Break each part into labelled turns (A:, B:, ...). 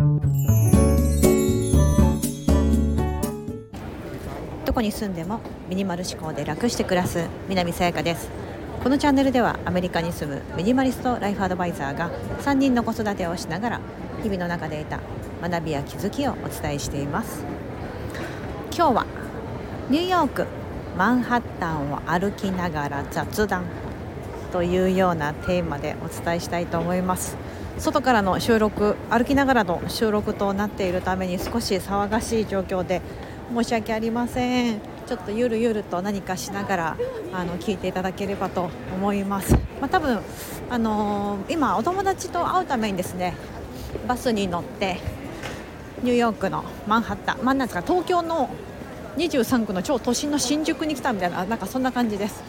A: どこに住んでもミニマル思考で楽して暮らす南さやかです。このチャンネルではアメリカに住むミニマリストライフアドバイザーが3人の子育てをしながら日々の中で得た学びや気づきをお伝えしています。今日はニューヨークマンハッタンを歩きながら雑談というようなテーマでお伝えしたいと思います。外からの収録、歩きながらの収録となっているために少し騒がしい状況で申し訳ありません。ちょっとゆるゆると何かしながら聞いていただければと思います。多分、今お友達と会うためにですね、バスに乗ってニューヨークのマンハッタン、なんですか、東京の23区の超都心の新宿に来たみたいな、なんかそんな感じです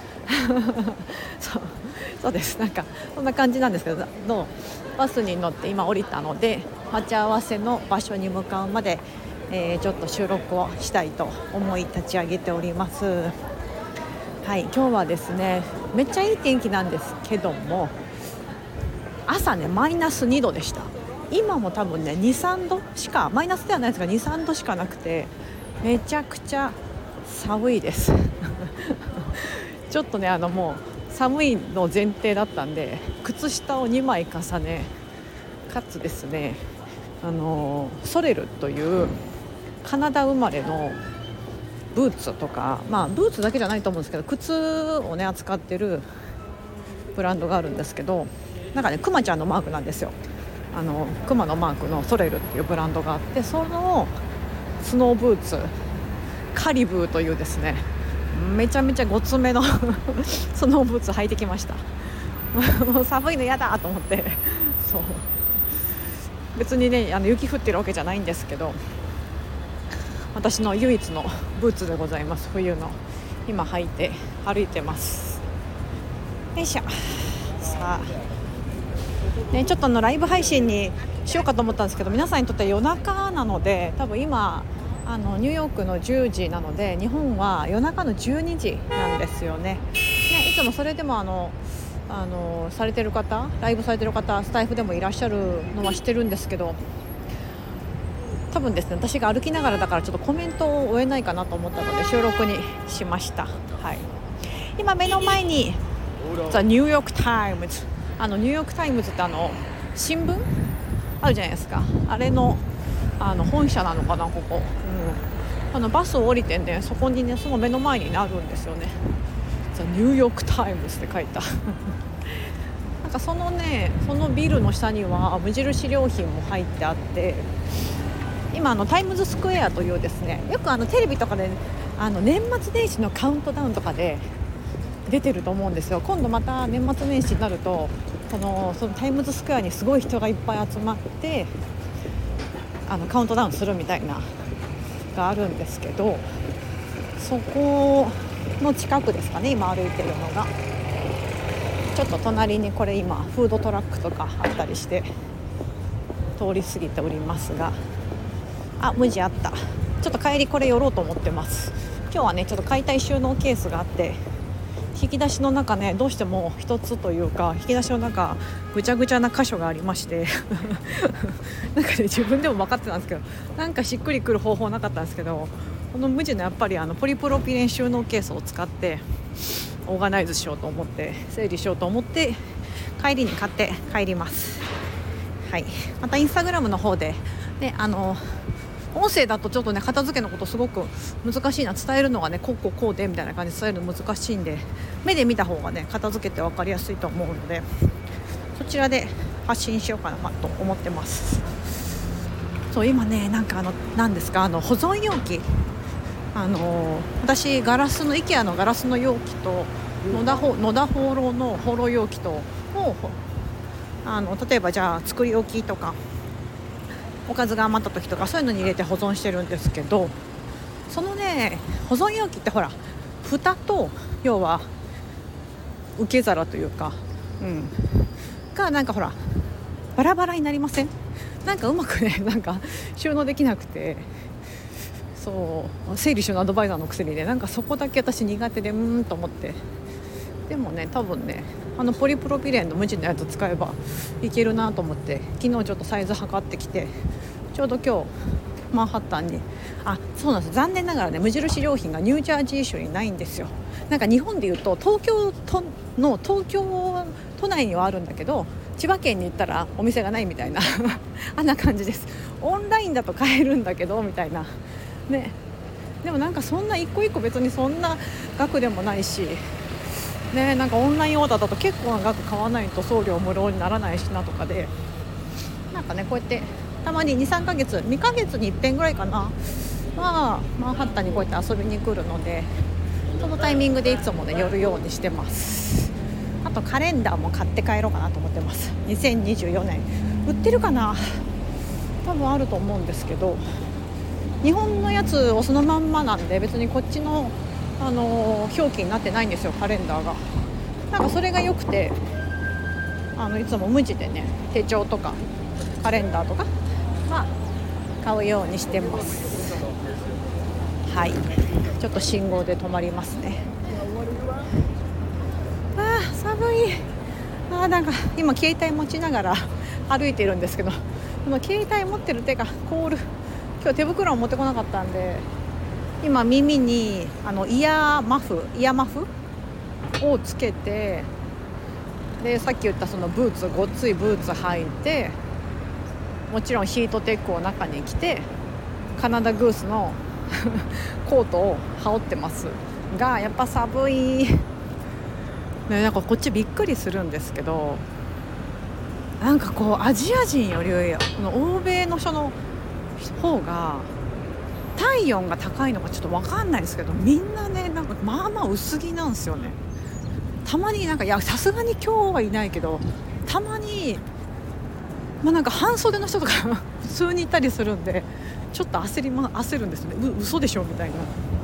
A: そうです。なんかそんな感じなんですけど、バスに乗って今降りたので、待ち合わせの場所に向かうまでちょっと収録をしたいと思い立ち上げております。はい、今日はですね、めっちゃいい天気なんですけども、朝ねマイナス2度でした。今も多分ね 2,3 度しか、マイナスではないですが 2,3 度しかなくて、めちゃくちゃ寒いですちょっとねもう寒いの前提だったんで、靴下を2枚重ね、かつですねソレルというカナダ生まれのブーツとか、ブーツだけじゃないと思うんですけど、靴をね扱ってるブランドがあるんですけど、なんかねクマちゃんのマークなんですよ。クマのマークのソレルっていうブランドがあって、そのスノーブーツカリブーというですね、めちゃめちゃごつめのスノーブーツ履いてきましたもう寒いの嫌だと思って、そう別にね雪降ってるわけじゃないんですけど、私の唯一のブーツでございます。冬の今履いて歩いてます。よいしょ。さあ、ね、ちょっとライブ配信にしようかと思ったんですけど、皆さんにとっては夜中なので、多分今ニューヨークの10時なので、日本は夜中の12時なんですよね。いつもそれでもされてる方、ライブされてる方、スタイフでもいらっしゃるのは知ってるんですけど、多分ですね、私が歩きながらだからちょっとコメントを追えないかなと思ったので収録にしました。はい、今目の前にザ・ニューヨークタイムズ、ニューヨークタイムズって新聞あるじゃないですか。あれの本社なのかな、ここ、バスを降りてね、そこにね、その目の前になるんですよね。ザ・ニューヨークタイムズって書いたなんかそのビルの下には無印良品も入ってあって、今タイムズスクエアというですね、よくテレビとかで、年末年始のカウントダウンとかで出てると思うんですよ。今度また年末年始になるとそのタイムズスクエアにすごい人がいっぱい集まってカウントダウンするみたいながあるんですけど、そこの近くですかね、今歩いてるのが。ちょっと隣にこれ今フードトラックとかあったりして通り過ぎておりますが、無地あった。ちょっと帰りこれ寄ろうと思ってます。今日はねちょっと解体収納ケースがあって、引き出しの中ね、どうしても一つというか、引き出しの中ぐちゃぐちゃな箇所がありましてなんかね自分でも分かってたんですけど、なんかしっくりくる方法なかったんですけど、この無地のやっぱりポリプロピレン収納ケースを使ってオーガナイズしようと思って、整理しようと思って帰りに買って帰ります。はい、またインスタグラムの方でね、音声だとちょっとね片付けのことすごく難しいな、伝えるのがねこうでみたいな感じで伝えるの難しいんで、目で見た方がね片付けて分かりやすいと思うので、そちらで発信しようかなと思ってます。そう今ね、なんか何ですか、保存容器、私IKEA のガラスの容器と野田放浪の放浪容器とを例えばじゃあ作り置きとかおかずが余った時とか、そういうのに入れて保存してるんですけど、そのね保存容器ってほら、蓋と要は受け皿というか、がなんかほらバラバラになりません？なんかうまくねなんか収納できなくて、そう整理収納アドバイザーのくせにね、なんかそこだけ私苦手でと思って、でもね多分ねポリプロピレンの無地のやつ使えばいけるなと思って、昨日ちょっとサイズ測ってきてちょうど今日マンハッタンにそうなんです。残念ながらね無印良品がニュージャージー州にないんですよ。なんか日本でいうと東京都内にはあるんだけど千葉県に行ったらお店がないみたいなあんな感じです。オンラインだと買えるんだけどみたいなね。でもなんかそんな一個一個別にそんな額でもないしね、なんかオンラインオーダーだと結構な額買わないと送料無料にならないしなとかで、なんかねこうやってたまに 2,3 ヶ月2ヶ月に一遍ぐらいかなマンハッタンにこうやって遊びに来るので、そのタイミングでいつもね寄るようにしてます。あとカレンダーも買って帰ろうかなと思ってます。2024年売ってるかな、多分あると思うんですけど、日本のやつをそのまんまなんで別にこっちの、表記になってないんですよ、カレンダーが。なんかそれが良くていつも無地でね手帳とかカレンダーとか買うようにしてます。はい、ちょっと信号で止まりますね。寒い。なんか今携帯持ちながら歩いてるんですけど、この携帯持ってる手が凍る。今日手袋を持ってこなかったんで、今耳にイヤーマフをつけて、でさっき言ったそのブーツ、ごっついブーツ履いて、もちろんヒートテックを中に着てカナダグースのコートを羽織ってますが、やっぱ寒い、ね、なんかこっちびっくりするんですけど、なんかこうアジア人よりこの欧米の人の方が体温が高いのかちょっと分かんないですけど、みんなねなんかまあまあ薄着なんですよね。たまになんかさすがに今日はいないけど、たまになんか半袖の人とか普通にいたりするんで、ちょっと焦るんですね。嘘でしょみたい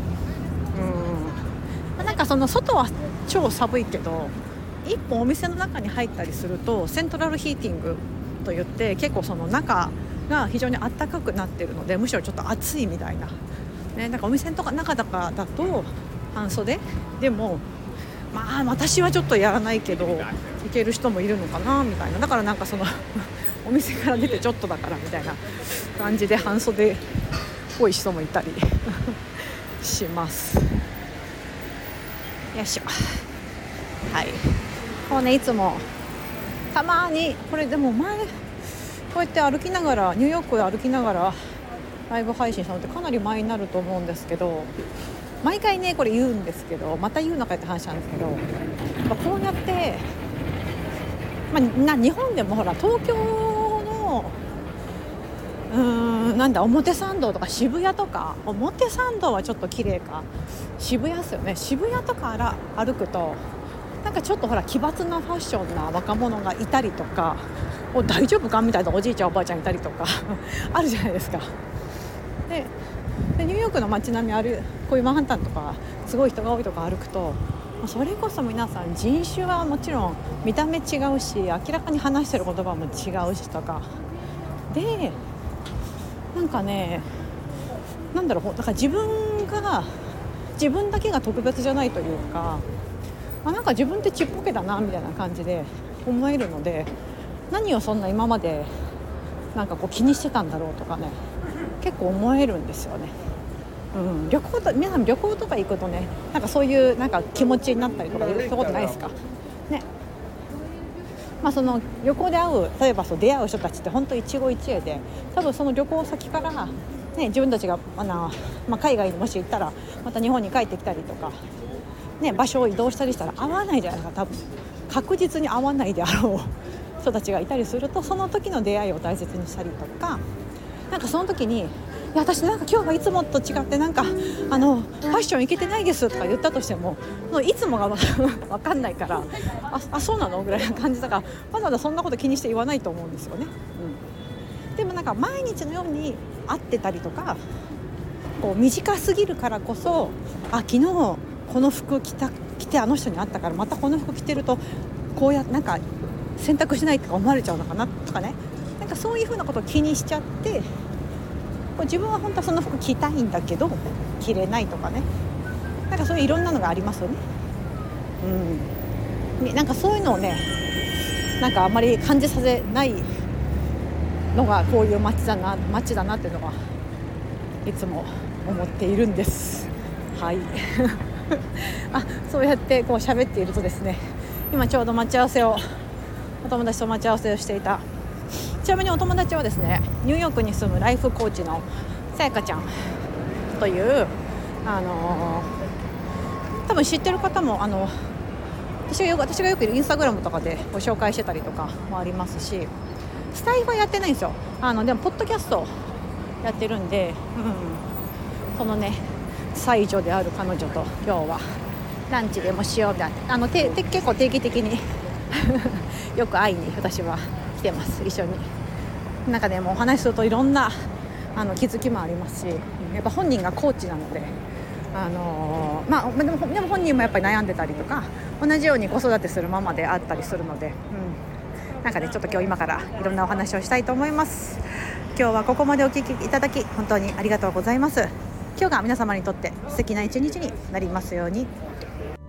A: な。なんかその外は超寒いけど、一本お店の中に入ったりするとセントラルヒーティングといって結構その中が非常に暖かくなっているので、むしろちょっと暑いみたいな、ね、なんかお店の中とかだと半袖でも私はちょっとやらないけどいける人もいるのかなみたいな。だからなんかそのお店から出てちょっとだからみたいな感じで半袖っぽい人もいたりします。よいしょ。はい、こうねいつもたまにこれでも前こうやって歩きながらニューヨークで歩きながらライブ配信したのってかなり前になると思うんですけど、毎回ねこれ言うんですけど、また言うのかって話なんですけど、こうやって、日本でもほら東京の表参道とか渋谷とか、表参道はちょっと綺麗か、渋谷ですよね。渋谷とか歩くとなんかちょっとほら奇抜なファッションな若者がいたりとか、大丈夫かみたいなおじいちゃんおばあちゃんいたりとかあるじゃないですか。でニューヨークの街並みこういうマンハッタンとかすごい人が多いとこ歩くと、それこそ皆さん人種はもちろん見た目違うし、明らかに話してる言葉も違うしとかで、なんかねだから自分だけが特別じゃないというか、なんか自分ってちっぽけだなみたいな感じで思えるので、何をそんな今までなんかこう気にしてたんだろうとかね、結構思えるんですよね。皆さん旅行とか行くとね、なんかそういうなんか気持ちになったりとかしたことないですかね。その旅行で例えば出会う人たちって本当一期一会で、多分その旅行先から、ね、自分たちが海外にもし行ったらまた日本に帰ってきたりとか、ね、場所を移動したりしたら会わないじゃないですか。多分確実に会わないであろう人たちがいたりすると、その時の出会いを大切にしたりとか、なんかその時に私なんか今日はいつもと違ってなんかファッションいけてないですとか言ったとしても、いつもが分かんないからそうなのぐらいな感じだから、わざわざそんなこと気にして言わないと思うんですよね。でもなんか毎日のように会ってたりとか、こう短すぎるからこそ、昨日この服着てあの人に会ったからまたこの服着てるとこうやってなんか選択しないとか思われちゃうのかなとかね、なんかそういうふうなことを気にしちゃって、自分は本当はその服着たいんだけど着れないとかね、なんかそういういろんなのがありますよね。なんかそういうのをね、なんかあんまり感じさせないのがこういう街だなっていうのはいつも思っているんです。はいそうやってこう喋っているとですね、今ちょうどお友達と待ち合わせをしていた。ちなみにお友達はですね、ニューヨークに住むライフコーチのさやかちゃんという多分知ってる方も私がよくいるインスタグラムとかでご紹介してたりとかもありますし、スタイフはやってないんですよ。でもポッドキャストやってるんで、このね才女である彼女と今日はランチでもしようみたいな結構定期的によく会いに私は来てます。一緒になんかね、もうお話しするといろんな気づきもありますし、やっぱ本人がコーチなのででも本人もやっぱり悩んでたりとか、同じように子育てするママであったりするので、なんかねちょっと今日今からいろんなお話をしたいと思います。今日はここまでお聞きいただき本当にありがとうございます。今日が皆様にとって素敵な一日になりますように。